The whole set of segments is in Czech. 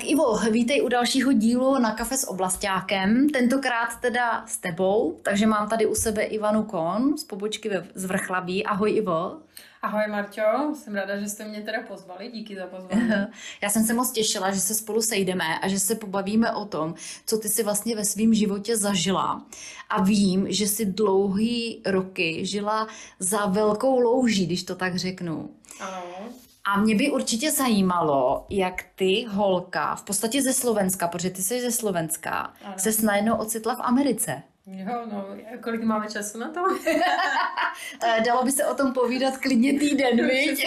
Tak Ivo, vítej u dalšího dílu na Kafe s oblasťákem, tentokrát teda s tebou, takže mám tady u sebe Ivanu Kohn z pobočky z Vrchlabí. Ahoj Ivo. Ahoj Marťo, jsem ráda, že jste mě teda pozvali, díky za pozvání. Já jsem se moc těšila, že se spolu sejdeme a že se pobavíme o tom, co ty si vlastně ve svém životě zažila. A vím, že si dlouhý roky žila za Velkou Louží, když to tak řeknu. Ano. A mě by určitě zajímalo, jak ty, holka, v podstatě ze Slovenska, protože ty jsi ze Slovenska, ses najednou ocitla v Americe. Jo, no, kolik máme času na to? Dalo by se o tom povídat klidně týden, viď?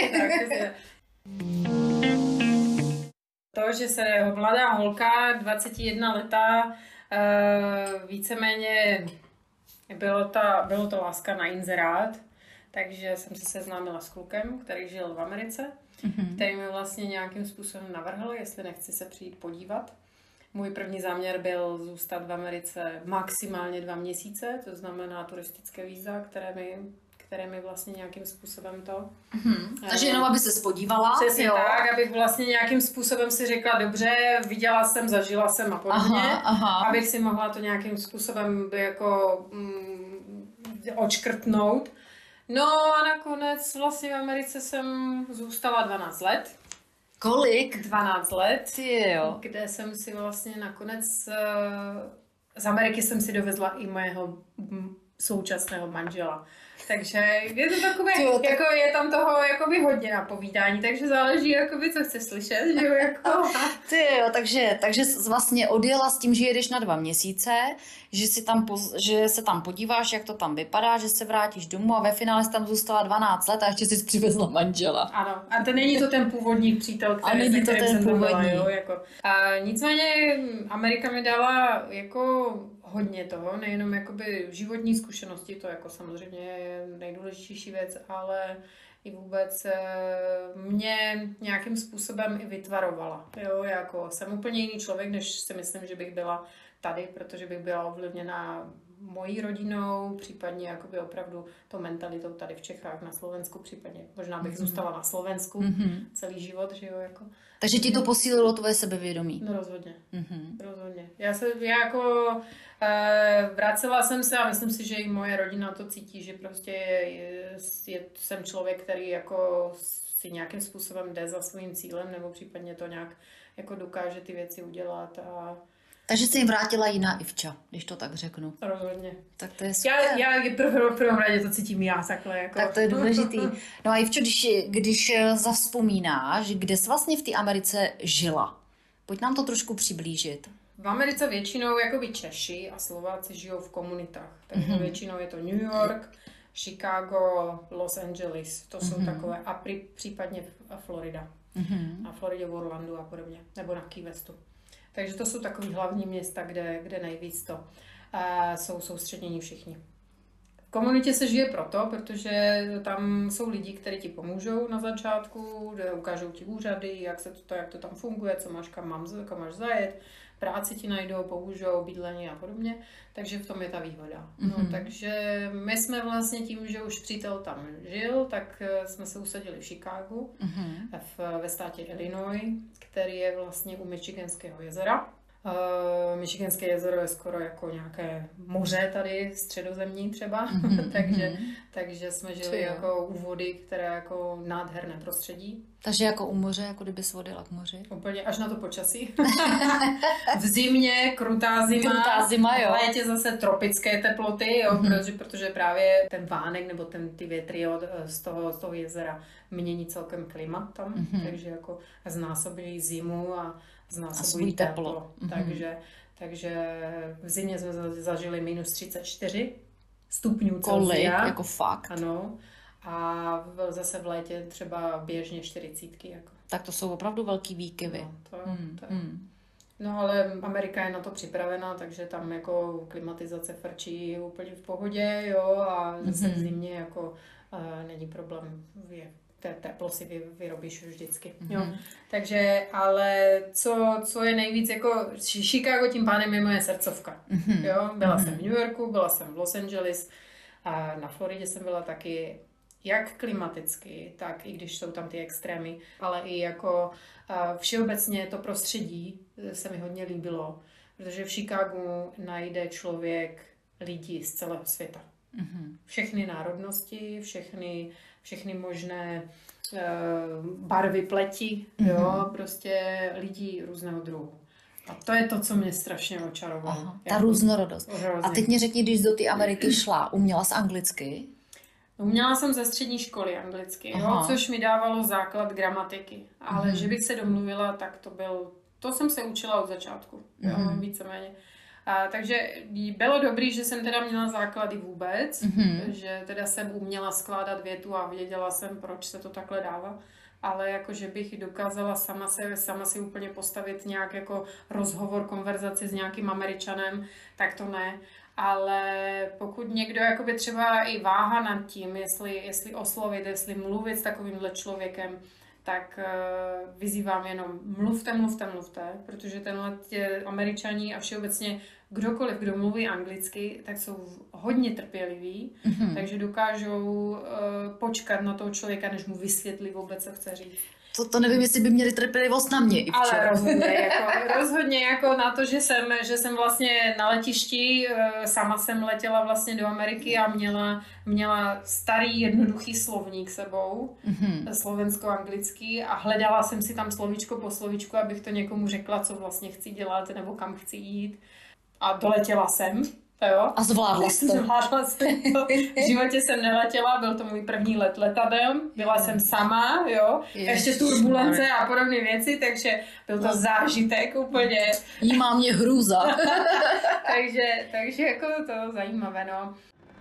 To, že se mladá holka, 21 letá, víceméně bylo to láska na inzerát, takže jsem se seznámila s klukem, který žil v Americe, který mi vlastně nějakým způsobem navrhl, jestli nechci se přijít podívat. Můj první záměr byl zůstat v Americe maximálně 2 měsíce, to znamená turistické víza, které mi vlastně nějakým způsobem to... Takže jenom, aby se podívala. Přesně tak, abych vlastně nějakým způsobem si řekla, dobře, viděla jsem, zažila jsem a podobně, abych si mohla to nějakým způsobem jako odškrtnout. No a nakonec vlastně v Americe jsem zůstala 12 let. Kolik? 12 let, jo. Kde jsem si vlastně nakonec z Ameriky jsem si dovezla i mého současného manžela. Takže je to takové, jako je tam toho jakoby hodně na povídání, takže záleží, jakoby, co chceš slyšet, že jo, jako. Takže vlastně odjela s tím, že jedeš na 2 měsíce, že se tam podíváš, jak to tam vypadá, že se vrátíš domů a ve finále jsi tam zůstala 12 let a ještě jsi přivezla manžela. Ano, a to není to ten původní přítel, kterým jsem byla, jo, jako. A nicméně Amerika mi dala jako hodně toho, nejenom jakoby životní zkušenosti, to jako samozřejmě je nejdůležitější věc, ale i vůbec mě nějakým způsobem i vytvarovala. Jo, jako jsem úplně jiný člověk, než si myslím, že bych byla tady, protože bych byla ovlivněna mojí rodinou, případně jakoby opravdu tou mentalitou tady v Čechách, na Slovensku, případně možná bych zůstala na Slovensku celý život, že jo, jako. Takže ti to posílilo tvoje sebevědomí? No rozhodně, rozhodně. Já jako vracela jsem se a myslím si, že i moje rodina to cítí, že prostě jsem člověk, který jako si nějakým způsobem jde za svým cílem, nebo případně to nějak jako dokáže ty věci udělat a... Takže jsi jim vrátila jiná Ivča, když to tak řeknu. Rozhodně. Tak to je super. Já v prvom radě to cítím já takhle. Jako. Tak to je důležitý. No a Ivčo, když zavzpomínáš, kde jsi vlastně v té Americe žila? Pojď nám to trošku přiblížit. V Americe většinou jakoby Češi a Slováci žijou v komunitách. Takže většinou je to New York, Chicago, Los Angeles. To jsou takové, a případně Florida. A Floridě v Orlandu a podobně. Nebo na Key Westu. Takže to jsou takový hlavní města, kde nejvíc to jsou soustředění všichni. V komunitě se žije proto, protože tam jsou lidi, kteří ti pomůžou na začátku, kde ukážou ti úřady, jak to tam funguje, co máš, kam máš zajet, práci ti najdou, pomůžou, bydlení a podobně. Takže v tom je ta výhoda. No, takže my jsme vlastně tím, že už přítel tam žil, tak jsme se usadili v Chicagu, ve státě Illinois, který je vlastně u Michiganského jezera. Michiganské jezero je skoro jako nějaké moře tady, středozemní třeba, takže jsme žili jako u vody, které jako nádherné prostředí. Takže jako u moře, jako kdyby se odjela k moři. Úplně až na to počasí. V zimě krutá zima, jo. V létě zase tropické teploty, jo, protože právě ten vánek nebo ty větry z toho jezera mění celkem klima tam, takže jako znásobují zimu a znásobují teplo. Takže v zimě jsme zažili minus 34 stupňů Celsia. Kolik? Jako fakt? Ano. A zase v létě třeba běžně 40. Jako. Tak to jsou opravdu velký výkyvy. No ale Amerika je na to připravená, takže tam jako klimatizace frčí úplně v pohodě, jo, a zase v zimě jako není problém, teplo si vyrobíš vždycky, jo. Takže, ale co je nejvíc, jako Chicago tím pádem je moje srdcovka, jo. Byla jsem v New Yorku, byla jsem v Los Angeles, a na Floridě jsem byla taky. jak klimaticky, tak i když jsou tam ty extrémy, ale i jako všeobecně to prostředí se mi hodně líbilo, protože v Chicagu najde člověk lidi z celého světa. Všechny národnosti, všechny možné barvy pleti, jo, prostě lidí různého druhu. A to je to, co mě strašně očarovalo. Aha, ta různorodost. A teď mě řekni, když do té Ameriky šla, uměla jsi anglicky? Uměla jsem ze střední školy anglicky, jo, což mi dávalo základ gramatiky. Ale že bych se domluvila, tak to jsem se učila od začátku, jo, víceméně. Takže bylo dobrý, že jsem teda měla základy vůbec, že teda jsem uměla skládat větu a věděla jsem, proč se to takhle dává. Ale jako, že bych dokázala sama si úplně postavit nějak jako rozhovor, konverzaci s nějakým Američanem, tak to ne. Ale pokud někdo jakoby třeba i váha nad tím, jestli oslovit, jestli mluvit s takovýmhle člověkem, tak vyzývám jenom mluvte, protože tenhle Američani a všeobecně kdokoliv, kdo mluví anglicky, tak jsou hodně trpěliví, takže dokážou počkat na toho člověka, než mu vysvětlí vůbec, co chce říct. To nevím, jestli by měli trpělivost na mě i včera. Ale rozhodně jako na to, že jsem vlastně na letišti, sama jsem letěla vlastně do Ameriky a měla starý jednoduchý slovník sebou, slovensko-anglický, a hledala jsem si tam slovíčko po slovíčku, abych to někomu řekla, co vlastně chci dělat nebo kam chci jít. A doletěla jsem. Jo. A zvládla jsi to. Zvládla jsem to. V životě jsem neletěla, byl to můj první let letadlem, byla jsem sama, jo, ještě turbulence a podobné věci, takže byl to zážitek úplně. Jí má mě hrůza. takže jako to zajímavé, no.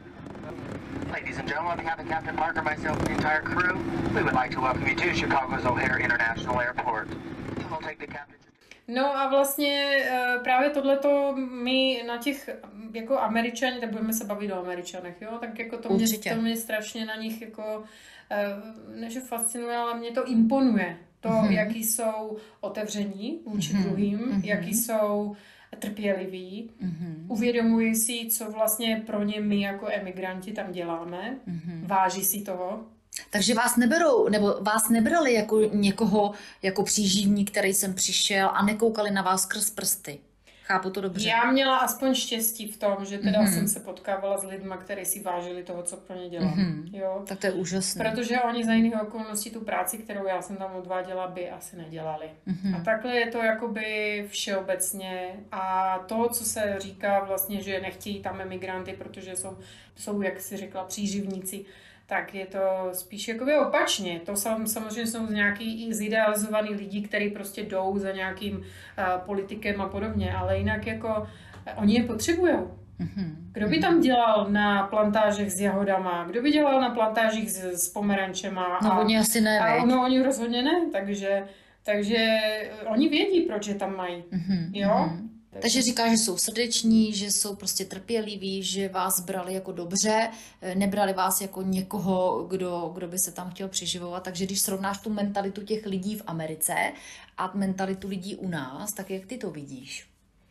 Ladies and gentlemen, on behalf of Captain Parker, myself, and the entire crew, we would like to welcome you to Chicago's O'Hare International Airport. We'll take the captain. No a vlastně právě tohleto my na těch jako Američani, tak budeme se bavit o Američanech, jo, tak jako to mě strašně na nich jako, ne že fascinuje, ale mě to imponuje. To, jaký jsou otevření vůči druhým, jaký jsou trpěliví, uvědomují si, co vlastně pro ně my jako emigranti tam děláme, váží si toho. Takže vás nebrali jako někoho, jako příživník, který sem přišel, a nekoukali na vás skrz prsty. Chápu to dobře? Já měla aspoň štěstí v tom, že teda jsem se potkávala s lidma, kteří si vážili toho, co pro ně dělám. Jo? Tak to je úžasné. Protože oni za jiných okolností tu práci, kterou já jsem tam odváděla, by asi nedělali. A takhle je to jakoby všeobecně. A to, co se říká vlastně, že nechtějí tam emigranty, protože jsou, jak si řekla, příživníci, tak je to spíš jakoby opačně. To samozřejmě jsou nějaký i zidealizovaný lidi, kteří prostě jdou za nějakým politikem a podobně, ale jinak jako oni je potřebujou. Kdo by tam dělal na plantážích s jahodama? Kdo by dělal na plantážích s pomerančema? No oni asi ne, oni rozhodně ne, takže oni vědí, proč je tam mají. Jo? Takže říká, že jsou srdeční, že jsou prostě trpěliví, že vás brali jako dobře, nebrali vás jako někoho, kdo by se tam chtěl přiživovat. Takže když srovnáš tu mentalitu těch lidí v Americe a mentalitu lidí u nás, tak jak ty to vidíš?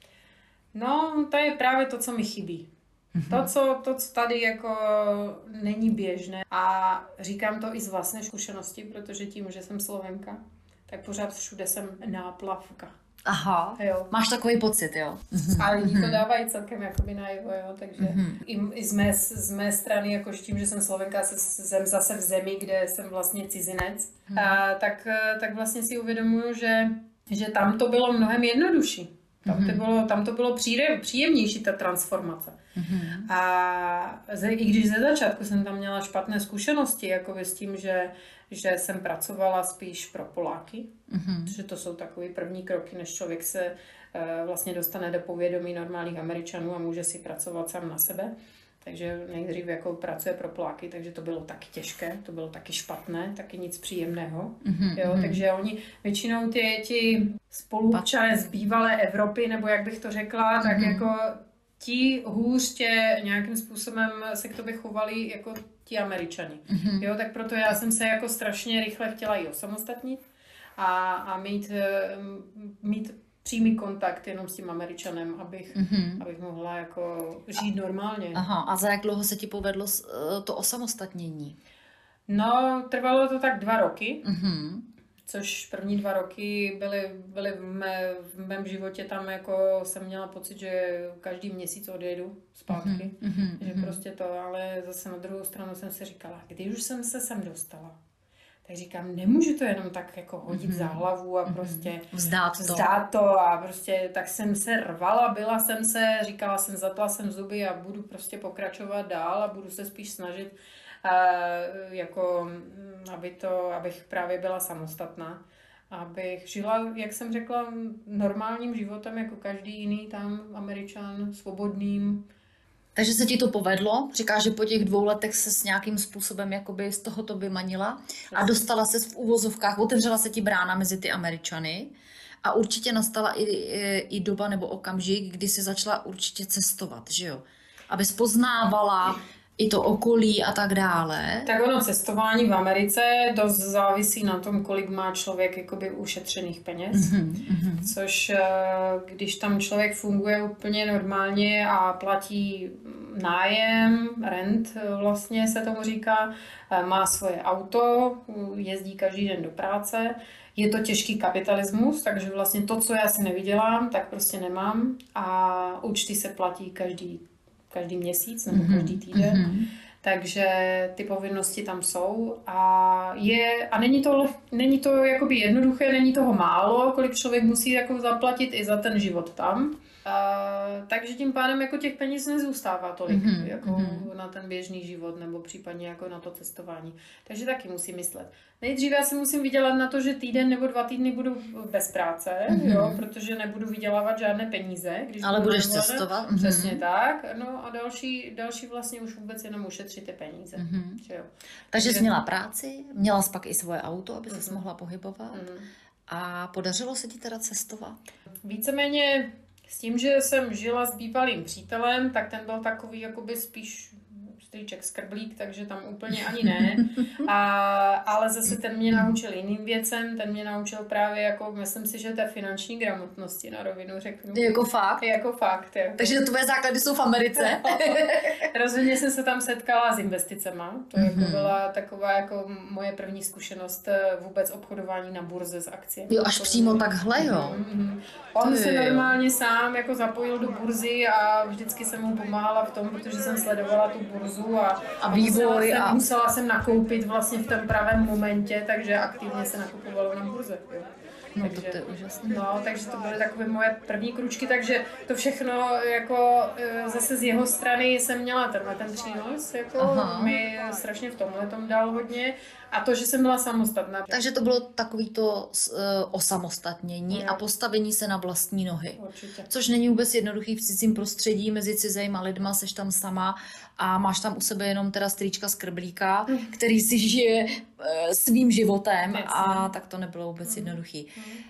No, to je právě to, co mi chybí. To, co tady jako není běžné. A říkám to i z vlastní zkušenosti, protože tím, že jsem Slovenka, tak pořád všude jsem náplavka. Aha, jo. Máš takový pocit, jo? A lidi to dávají celkem jakoby najevo, jo, takže i z mé strany, jako tím, že jsem Slovenka, jsem zase v zemi, kde jsem vlastně cizinec, tak vlastně si uvědomuju, že tam to bylo mnohem jednodušší. Tam to bylo příjemnější, ta transformace. A i když ze začátku jsem tam měla špatné zkušenosti jako s tím, že jsem pracovala spíš pro Poláky, protože to jsou takové první kroky, než člověk se vlastně dostane do povědomí normálních Američanů a může si pracovat sám na sebe. Takže nejdřív jako pracuje pro Poláky, takže to bylo taky těžké, to bylo taky špatné, taky nic příjemného. Jo, takže oni většinou ti spoluobčané z bývalé Evropy, nebo jak bych to řekla, tak jako ti hůř tě nějakým způsobem se k tobě chovali jako ti Američani. Jo, tak proto já jsem se jako strašně rychle chtěla i osamostatnit a mít přímý kontakt jenom s tím Američanem, abych mohla jako žít normálně. Aha, a za jak dlouho se ti povedlo to osamostatnění? No, trvalo to tak 2 roky, Mhm. což první 2 roky byly v mém životě tam, jako jsem měla pocit, že každý měsíc odjedu zpátky. Že prostě to, ale zase na druhou stranu jsem si říkala, když už jsem se sem dostala, tak říkám, nemůžu to jenom tak jako hodit za hlavu a prostě vzdát to a prostě tak jsem se rvala, byla jsem se, říkala jsem, zatla jsem zuby a budu prostě pokračovat dál a budu se spíš snažit jako, abych právě byla samostatná. Abych žila, jak jsem řekla, normálním životem jako každý jiný tam Američan, svobodným. Takže se ti to povedlo, říkáš, že po těch 2 letech se s nějakým způsobem jakoby z tohoto vymanila a dostala se v uvozovkách, otevřela se ti brána mezi ty Američany a určitě nastala i doba nebo okamžik, kdy jsi začala určitě cestovat, že jo? Abys poznávala i to okolí a tak dále. Tak ono, cestování v Americe dost závisí na tom, kolik má člověk jakoby ušetřených peněz. Což když tam člověk funguje úplně normálně a platí nájem, rent vlastně se tomu říká, má svoje auto, jezdí každý den do práce, je to těžký kapitalismus, takže vlastně to, co já si nevydělám, tak prostě nemám a účty se platí každý měsíc nebo každý týden. Takže ty povinnosti tam jsou a není to jakoby jednoduché, není toho málo, kolik člověk musí jako zaplatit i za ten život tam. Takže tím pádem jako těch peněz nezůstává tolik jako na ten běžný život nebo případně jako na to cestování. Takže taky musím myslet. Nejdříve já si musím vydělat na to, že týden nebo 2 týdny budu bez práce, jo, protože nebudu vydělávat žádné peníze. Když ale budeš cestovat. Přesně tak. No a další vlastně už vůbec jenom ušetřit ty peníze. Že jo. Takže jsi měla práci, měla jsi pak i svoje auto, aby ses mohla pohybovat. A podařilo se ti teda cestovat? Víceméně s tím, že jsem žila s bývalým přítelem, tak ten byl takový jakoby spíš strýček skrblík, takže tam úplně ani ne. Ale zase ten mě naučil jiným věcem, ten mě naučil právě jako, myslím si, že té finanční gramotnosti na rovinu řeknu. Jako fakt? Jako fakt. Jako. Takže tvoje základy jsou v Americe? Rozhodně jsem se tam setkala s investicema. To jako byla taková jako moje první zkušenost vůbec obchodování na burze s akciemi. Jo, až přímo takhle, jo? On se normálně sám jako zapojil do burzy a vždycky jsem mu pomáhala v tom, protože jsem sledovala tu burzu a vývoj musela jsem nakoupit vlastně v tom pravém momentě, takže aktivně se nakupovalo na burze. Jo. No takže, to je úžasné. No, takže to byly takové moje první kručky, takže to všechno jako zase z jeho strany jsem měla ten přínos, jako mi strašně v tomhletom dal hodně a to, že jsem byla samostatná. Takže to bylo takovýto osamostatnění a postavení se na vlastní nohy. Určitě. Což není vůbec jednoduchý v cizím prostředí, mezi cizejma lidma, seš tam sama a máš tam u sebe jenom teda strýčka skrblíka, který si žije svým životem a tak to nebylo vůbec jednoduchý.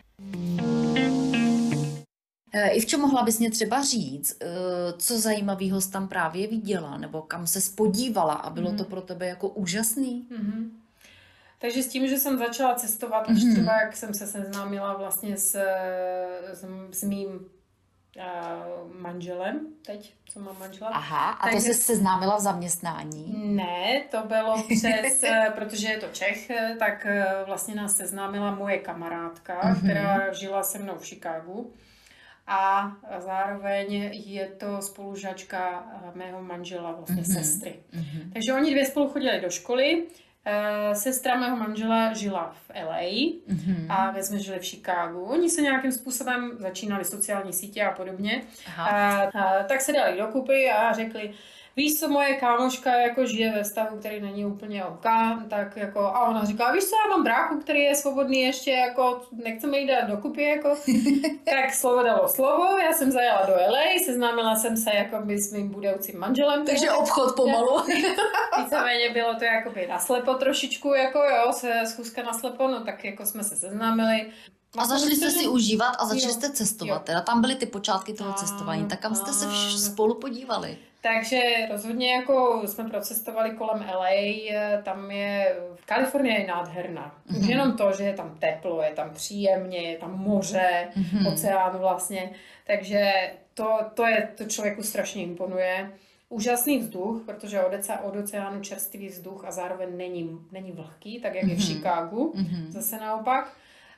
I v čem mohla bys mě třeba říct, co zajímavého jsi tam právě viděla, nebo kam se spodívala a bylo to pro tebe jako úžasný? Takže s tím, že jsem začala cestovat, až třeba jak jsem se seznámila vlastně s mým manželem, teď, co mám manžela. Aha, a to jsi seznámila v zaměstnání? Ne, to bylo protože je to Čech, tak vlastně nás seznámila moje kamarádka, která žila se mnou v Chicagu. A zároveň je to spolužačka mého manžela, vlastně sestry. Takže oni 2 spolu chodili do školy. Sestra mého manžela žila v LA a my jsme žili v Chicagu. Oni se nějakým způsobem začínali sociální sítě a podobně. Tak se dali dokupy a řekli, víš co, moje kámoška jako žije ve vztahu, který není úplně OK, tak jako, a ona říká, víš co, já mám bráchu, který je svobodný ještě, jako, nechceme jít dát dokupy, jako, tak slovo dalo slovo, já jsem zajela do LA, seznámila jsem se jakoby s mým budoucím manželem. Takže obchod pomalu. Víceméně bylo to jakoby naslepo trošičku, jako jo, schůzka naslepo, no tak jako jsme se seznámili. A začali jste si užívat a začali jste cestovat, teda tam byly ty počátky toho cestování, tak kam jste se spolu podívali? Takže rozhodně jako jsme procestovali kolem LA, tam je, Kalifornie je nádherná. Už jenom to, že je tam teplo, je tam příjemně, je tam moře, oceán vlastně, takže to člověku strašně imponuje. úžasný vzduch, protože od oceánu čerstvý vzduch a zároveň není vlhký, tak jak je v Chicagu, zase naopak.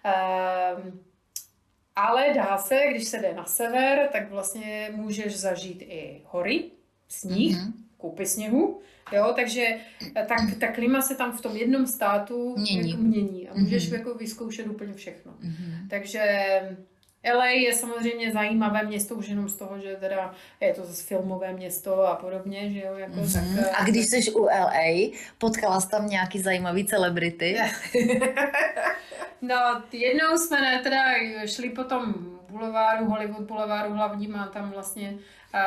Ale dá se, když se jde na sever, tak vlastně můžeš zažít i hory, sníh, koupy sněhu, jo, takže ta klima se tam v tom jednom státu mění a můžeš jako vyzkoušet úplně všechno. Takže LA je samozřejmě zajímavé město už jenom z toho, že teda je to zase filmové město a podobně, že jo, jako tak. A když jsi u LA, potkala jsi tam nějaký zajímavý celebrity? No, jednou jsme teda šli po tom buleváru, Hollywood buleváru hlavním a tam vlastně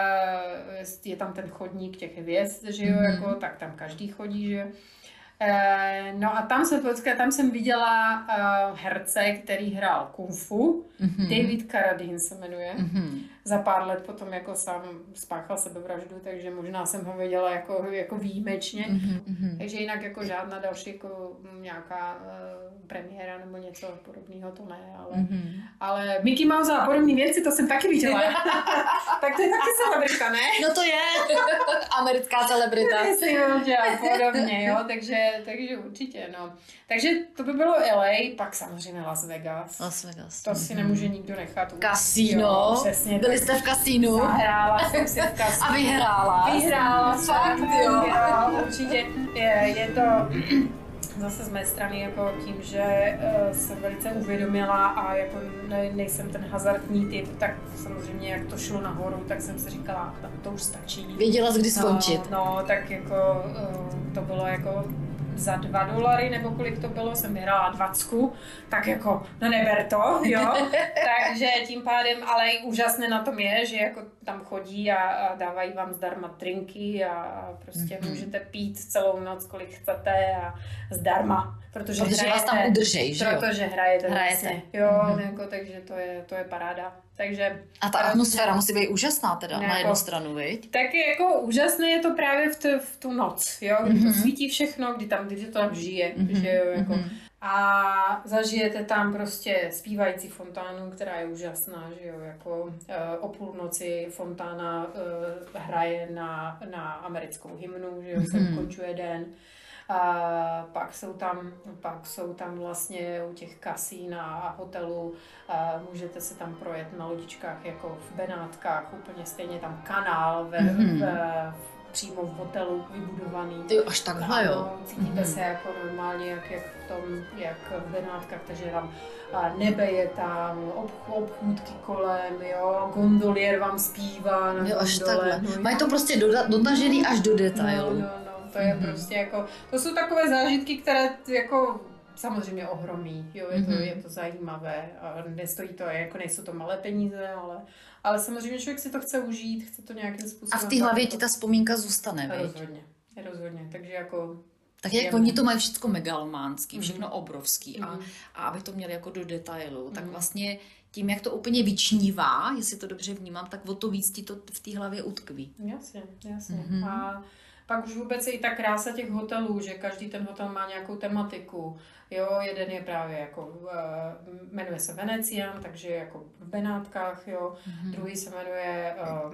je tam ten chodník těch hvězd, že jo, jako, tak tam každý chodí, že jo. No a tam jsem viděla herce, který hrál kung fu, David Carradine se jmenuje. Za pár let potom jako sám spáchal sebevraždu, takže možná jsem ho viděla jako výjimečně. Takže jinak jako žádná další jako nějaká premiéra nebo něco podobného to ne, ale Mickey Mouse a podobné věci, to jsem taky viděla. Tak to je taky celebrita, ne? No to je americká celebrita. A podobně, jo, takže určitě, no. Takže to by bylo LA, pak samozřejmě Las Vegas. To si nemůže nikdo nechat. Kasíno. Přesně. Byli jste v kasínu. Zahrála jsem si v kasínu. A vyhrála. Vyhrála. Fakt, jo. Určitě. Je to zase z mé strany jako tím, že jsem velice uvědomila a jako nejsem ten hazardní typ, tak samozřejmě jak to šlo nahoru, tak jsem si říkala, to už stačí. Věděla jsi, kdy skončit. No, tak jako to bylo jako za $2, nebo kolik to bylo, jsem vyhrála 20, tak jako, no neber to, jo. Takže tím pádem, ale i úžasné na tom je, že jako tam chodí a dávají vám zdarma drinky a prostě můžete pít celou noc, kolik chcete a zdarma, protože hrajete, vás tam udržej, že jo? Protože hrajete. Vlastně, jo, jako, takže to je paráda. Takže, a ta atmosféra musí být úžasná teda, na jednu stranu, viď? Tak jako úžasné je to právě v tu noc, jo, kdy to svítí všechno, kdy to tam žije, že jo, jako. A zažijete tam prostě zpívající fontánu, která je úžasná, že jo, jako o půlnoci fontána hraje na americkou hymnu, že jo, se ukončuje den. A pak jsou tam vlastně u těch kasín a hotelů, můžete se tam projet na lodičkách jako v Benátkách, úplně stejně tam kanál přímo v hotelu vybudovaný. Ty až takhle, jo. Cítíte se jako normálně, jak v Benátkách, takže tam nebe je tam, obchůdky kolem, jo, gondolier vám zpívá na jo, až gondole. takhle. Mají to prostě dotažený až do detailu. No. To je prostě jako, to jsou takové zážitky, které jako samozřejmě ohromí, jo, je to zajímavé a nestojí to, jako nejsou to malé peníze, ale samozřejmě člověk si to chce užít, chce to nějakým způsobem. A v té hlavě ti ta vzpomínka zůstane, viď? Rozhodně, takže jako... Tak jak oni to mají všechno megalománský, všechno obrovský a aby to měli jako do detailu, tak vlastně tím, jak to úplně vyčnívá, jestli to dobře vnímám, tak o to víc ti to v té hlavě utkví. Jasně. A pak už vůbec je i ta krása těch hotelů, že každý ten hotel má nějakou tematiku. Jo, jeden je právě jako, jmenuje se Venecian, takže jako v Benátkách, jo. Druhý se jmenuje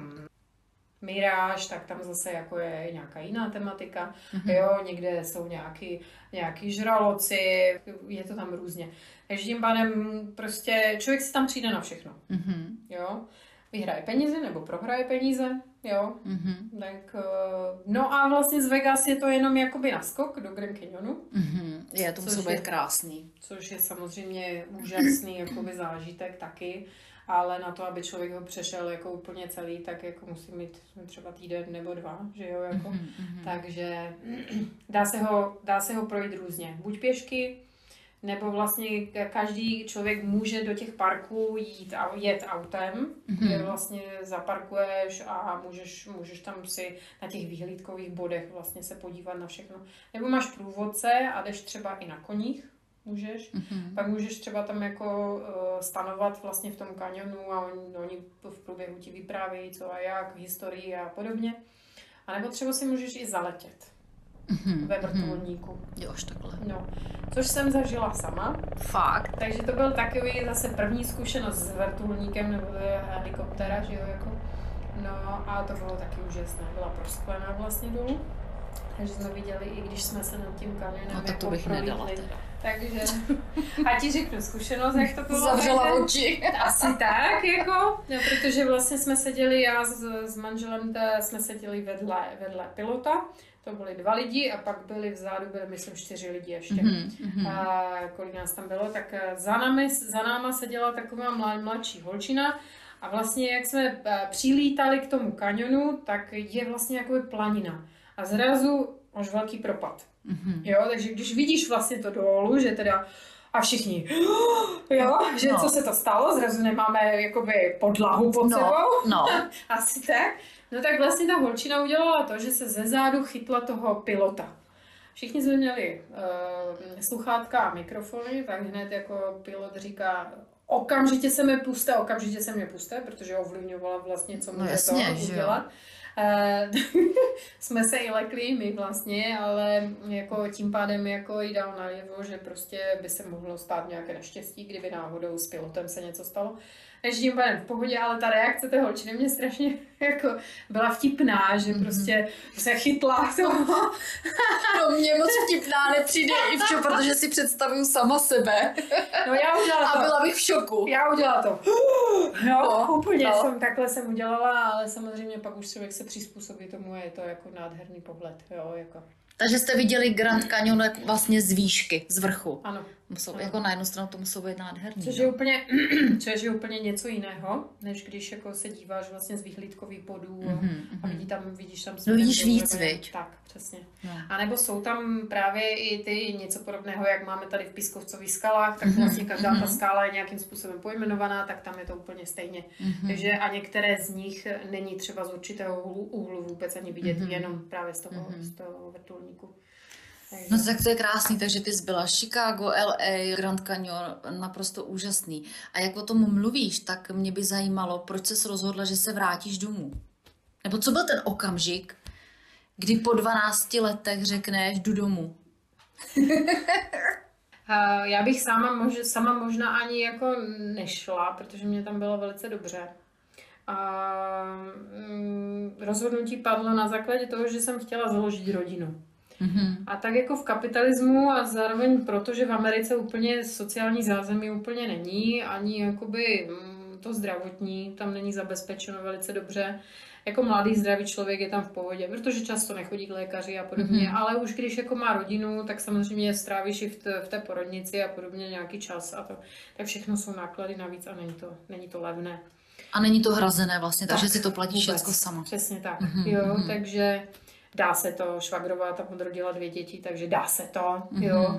Mirage, tak tam zase jako je nějaká jiná tematika. Jo, někde jsou nějaký žraloci, je to tam různě. Takže tím pádem prostě člověk si tam přijde na všechno. Jo. Vyhraje peníze nebo prohraje peníze, jo. Tak, no a vlastně z Vegas je to jenom jakoby naskok do Grand Canyonu. Je, to musí být krásný. Což je samozřejmě úžasný jakoby zážitek taky, ale na to, aby člověk ho přešel jako úplně celý, tak jako musí mít třeba týden nebo 2, že jo, jako. Takže dá se ho projít různě. Buď pěšky, nebo vlastně každý člověk může do těch parků jet autem, kde vlastně zaparkuješ a můžeš tam si na těch vyhlídkových bodech vlastně se podívat na všechno. Nebo máš průvodce a jdeš třeba i na koních, můžeš. Pak můžeš třeba tam jako stanovat vlastně v tom kanionu a oni v průběhu ti vyprávějí co a jak, historii a podobně. A nebo třeba si můžeš i zaletět. Ve vrtulníku. Jo, až takhle. No, což jsem zažila sama. Fakt. Takže to byl takový zase první zkušenost s vrtulníkem nebo helikoptéra, že jo, jako. No a to bylo taky úžasné. Byla prosklená vlastně dolů. Takže jsme viděli, i když jsme se nad tím kamionem No tak to bych nedala teda. Takže, a ti řeknu zkušenost, jak to bylo. Zavřela oči. Asi tak, jako, no, protože vlastně jsme seděli, já s manželem, jsme seděli vedle pilota, to byli 2 lidi a pak byli vzadu, byli myslím 4 lidi ještě. A kolik nás tam bylo, tak za náma seděla taková mladší holčina a vlastně jak jsme přilítali k tomu kanionu, tak je vlastně jakoby planina a zrazu máš velký propad. Jo, takže když vidíš vlastně to dolů, že teda a všichni, jo, že co se to stalo, zrazu nemáme jakoby podlahu pod sebou, asi tak. No tak vlastně ta holčina udělala to, že se ze zádu chytla toho pilota. Všichni jsme měli sluchátka a mikrofony, tak hned jako pilot říká, okamžitě se mě puste, protože ovlivňovala vlastně, co může to udělat. Jsme se i lekli my vlastně, ale jako tím pádem jako jí dal najevo, že prostě by se mohlo stát nějaké neštěstí, kdyby náhodou s pilotem se něco stalo. Takže tím pádem v pohodě, ale ta reakce té holčiny mě strašně jako byla vtipná, že prostě se chytla toho. No mě moc vtipná nepřijde, Ivčo, protože si představuju sama sebe. No já udělala to. A byla bych v šoku. Já udělala to. No, úplně takhle jsem udělala, ale samozřejmě pak už člověk se přizpůsobí tomu a je to jako nádherný pohled, jo, jako. Takže jste viděli Grand Canyon vlastně z výšky, z vrchu. Ano. Jako na jednu stranu to muselo být nádherný. Což je úplně něco jiného, než když jako se díváš vlastně z vyhlídkových bodů a vidíš tam... No vidíš víc, viď? Tak, přesně. No. A nebo jsou tam právě i ty něco podobného, jak máme tady v Pískovcových skalách, tak vlastně každá ta skála je nějakým způsobem pojmenovaná, tak tam je to úplně stejně. Takže a některé z nich není třeba z určitého úhlu vůbec ani vidět, jenom právě z toho vrtulníku. No tak to je krásný, takže ty jsi byla Chicago, LA, Grand Canyon, naprosto úžasný. A jak o tom mluvíš, tak mě by zajímalo, proč ses rozhodla, že se vrátíš domů? Nebo co byl ten okamžik, kdy po 12 letech řekneš, jdu domů? Já bych sama možná ani jako nešla, protože mě tam bylo velice dobře. A rozhodnutí padlo na základě toho, že jsem chtěla založit rodinu. A tak jako v kapitalismu a zároveň proto, že v Americe úplně sociální zázemí úplně není, ani jakoby to zdravotní, tam není zabezpečeno velice dobře. Jako mladý zdravý člověk je tam v pohodě, protože často nechodí k lékaři a podobně, ale už když jako má rodinu, tak samozřejmě strávíš i v té porodnici a podobně nějaký čas a to. Tak všechno jsou náklady navíc a není to levné. A není to hrazené vlastně, takže si to platíš všechno sama. Přesně tak, jo, takže dá se to, švagrová tam odrodila 2 děti, takže dá se to, jo,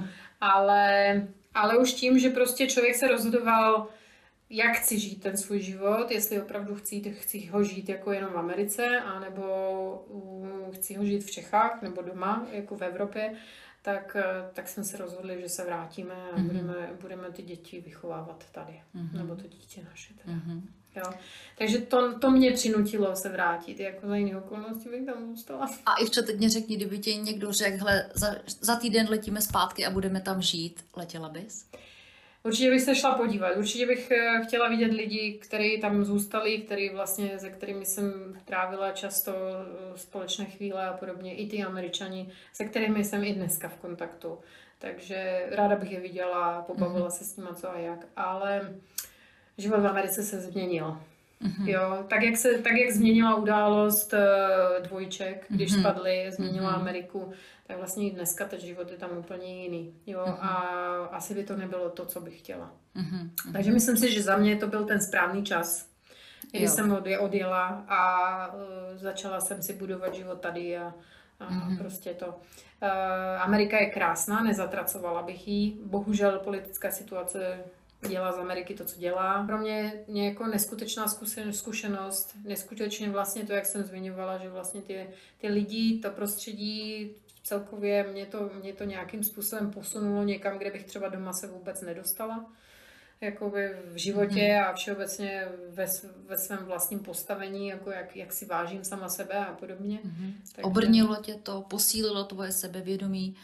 ale už tím, že prostě člověk se rozhodoval, jak chci žít ten svůj život, jestli opravdu chci ho žít jako jenom v Americe, anebo chci ho žít v Čechách, nebo doma, jako v Evropě, tak jsme se rozhodli, že se vrátíme a budeme ty děti vychovávat tady, nebo to dítě naše tady. Jo. Takže to mě přinutilo se vrátit, jako za jiné okolnosti bych tam zůstala. A Ivčo, teď mě řekni, kdyby ti někdo řekl, hele, za týden letíme zpátky a budeme tam žít, letěla bys? Určitě bych se šla podívat, určitě bych chtěla vidět lidi, kteří tam zůstali, se kterými jsem trávila často společné chvíle a podobně, i ty Američani, se kterými jsem i dneska v kontaktu. Takže ráda bych je viděla, pobavila se s nima co a jak, ale život v Americe se změnil. Jo, tak jak změnila událost dvojček, když spadly, změnila Ameriku, tak vlastně i dneska ten život je tam úplně jiný. Jo, a asi by to nebylo to, co bych chtěla. Takže myslím si, že za mě to byl ten správný čas, kdy jsem odjela a začala jsem si budovat život tady a prostě to. Amerika je krásná, nezatracovala bych jí. Bohužel politická situace dělá z Ameriky to, co dělá. Pro mě jako neskutečná zkušenost, neskutečně vlastně to, jak jsem zmiňovala, že vlastně ty lidi, to prostředí, celkově mě to nějakým způsobem posunulo někam, kde bych třeba doma se vůbec nedostala. Jakoby v životě a všeobecně ve svém vlastním postavení, jako jak si vážím sama sebe a podobně. Takže... Obrnilo tě to, posílilo tvoje sebevědomí.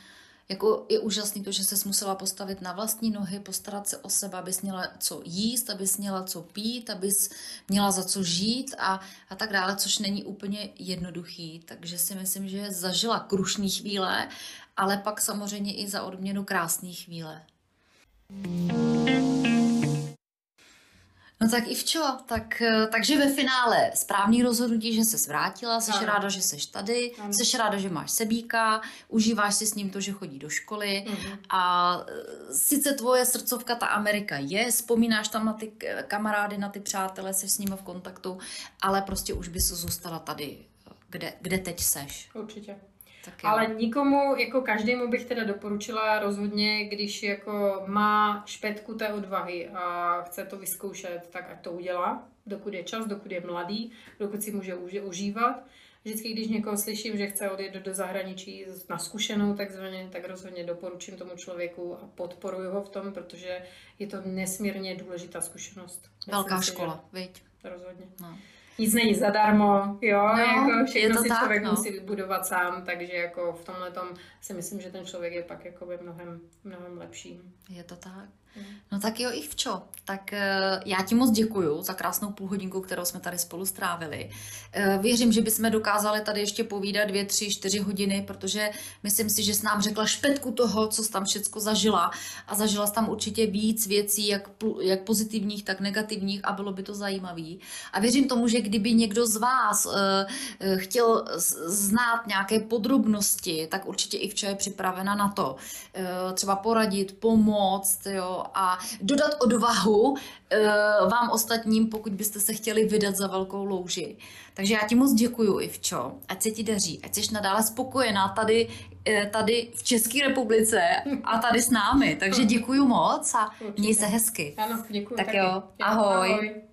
Jako je úžasný to, že ses musela postavit na vlastní nohy, postarat se o sebe, abys měla co jíst, abys měla co pít, abys měla za co žít a tak dále, což není úplně jednoduchý. Takže si myslím, že zažila krušné chvíle, ale pak samozřejmě i za odměnu krásné chvíle. No tak Ivčo, takže ve finále správný rozhodnutí, že ses vrátila, seš ráda, že seš tady, seš ráda, že máš Sebíka, užíváš si s ním to, že chodí do školy a sice tvoje srdcovka ta Amerika je, vzpomínáš tam na ty kamarády, na ty přátele, seš s nimi v kontaktu, ale prostě už bys zůstala tady, kde teď seš. Určitě. Tak ale nikomu, jako každému bych teda doporučila rozhodně, když jako má špetku té odvahy a chce to vyzkoušet, tak ať to udělá, dokud je čas, dokud je mladý, dokud si může užívat. Vždycky, když někoho slyším, že chce odjet do zahraničí na zkušenou takzvaně, tak rozhodně doporučím tomu člověku a podporuji ho v tom, protože je to nesmírně důležitá zkušenost. Velká škola, viď? Rozhodně. No. Nic není zadarmo, jo, no, jako všechno si tak, člověk musí vybudovat sám, takže jako v tomhletom si myslím, že ten člověk je pak jako mnohem lepší. Je to tak. No tak jo, Ivčo, tak já ti moc děkuju za krásnou půlhodinku, kterou jsme tady spolu strávili. Věřím, že bychom dokázali tady ještě povídat 2, 3, 4 hodiny, protože myslím si, že jsi nám řekla špetku toho, co jsi tam všecko zažila a zažila jsi tam určitě víc věcí, jak pozitivních, tak negativních a bylo by to zajímavý. A věřím tomu, že kdyby někdo z vás chtěl znát nějaké podrobnosti, tak určitě Ivča je připravena na to. Třeba poradit, pomoct, jo, a dodat odvahu vám ostatním, pokud byste se chtěli vydat za velkou louži. Takže já ti moc děkuju, Ivčo, ať se ti daří, ať jsi nadále spokojená tady v České republice a tady s námi. Takže děkuju moc a měj se hezky. Ano, děkuju. Tak taky. jo, ahoj. Ahoj.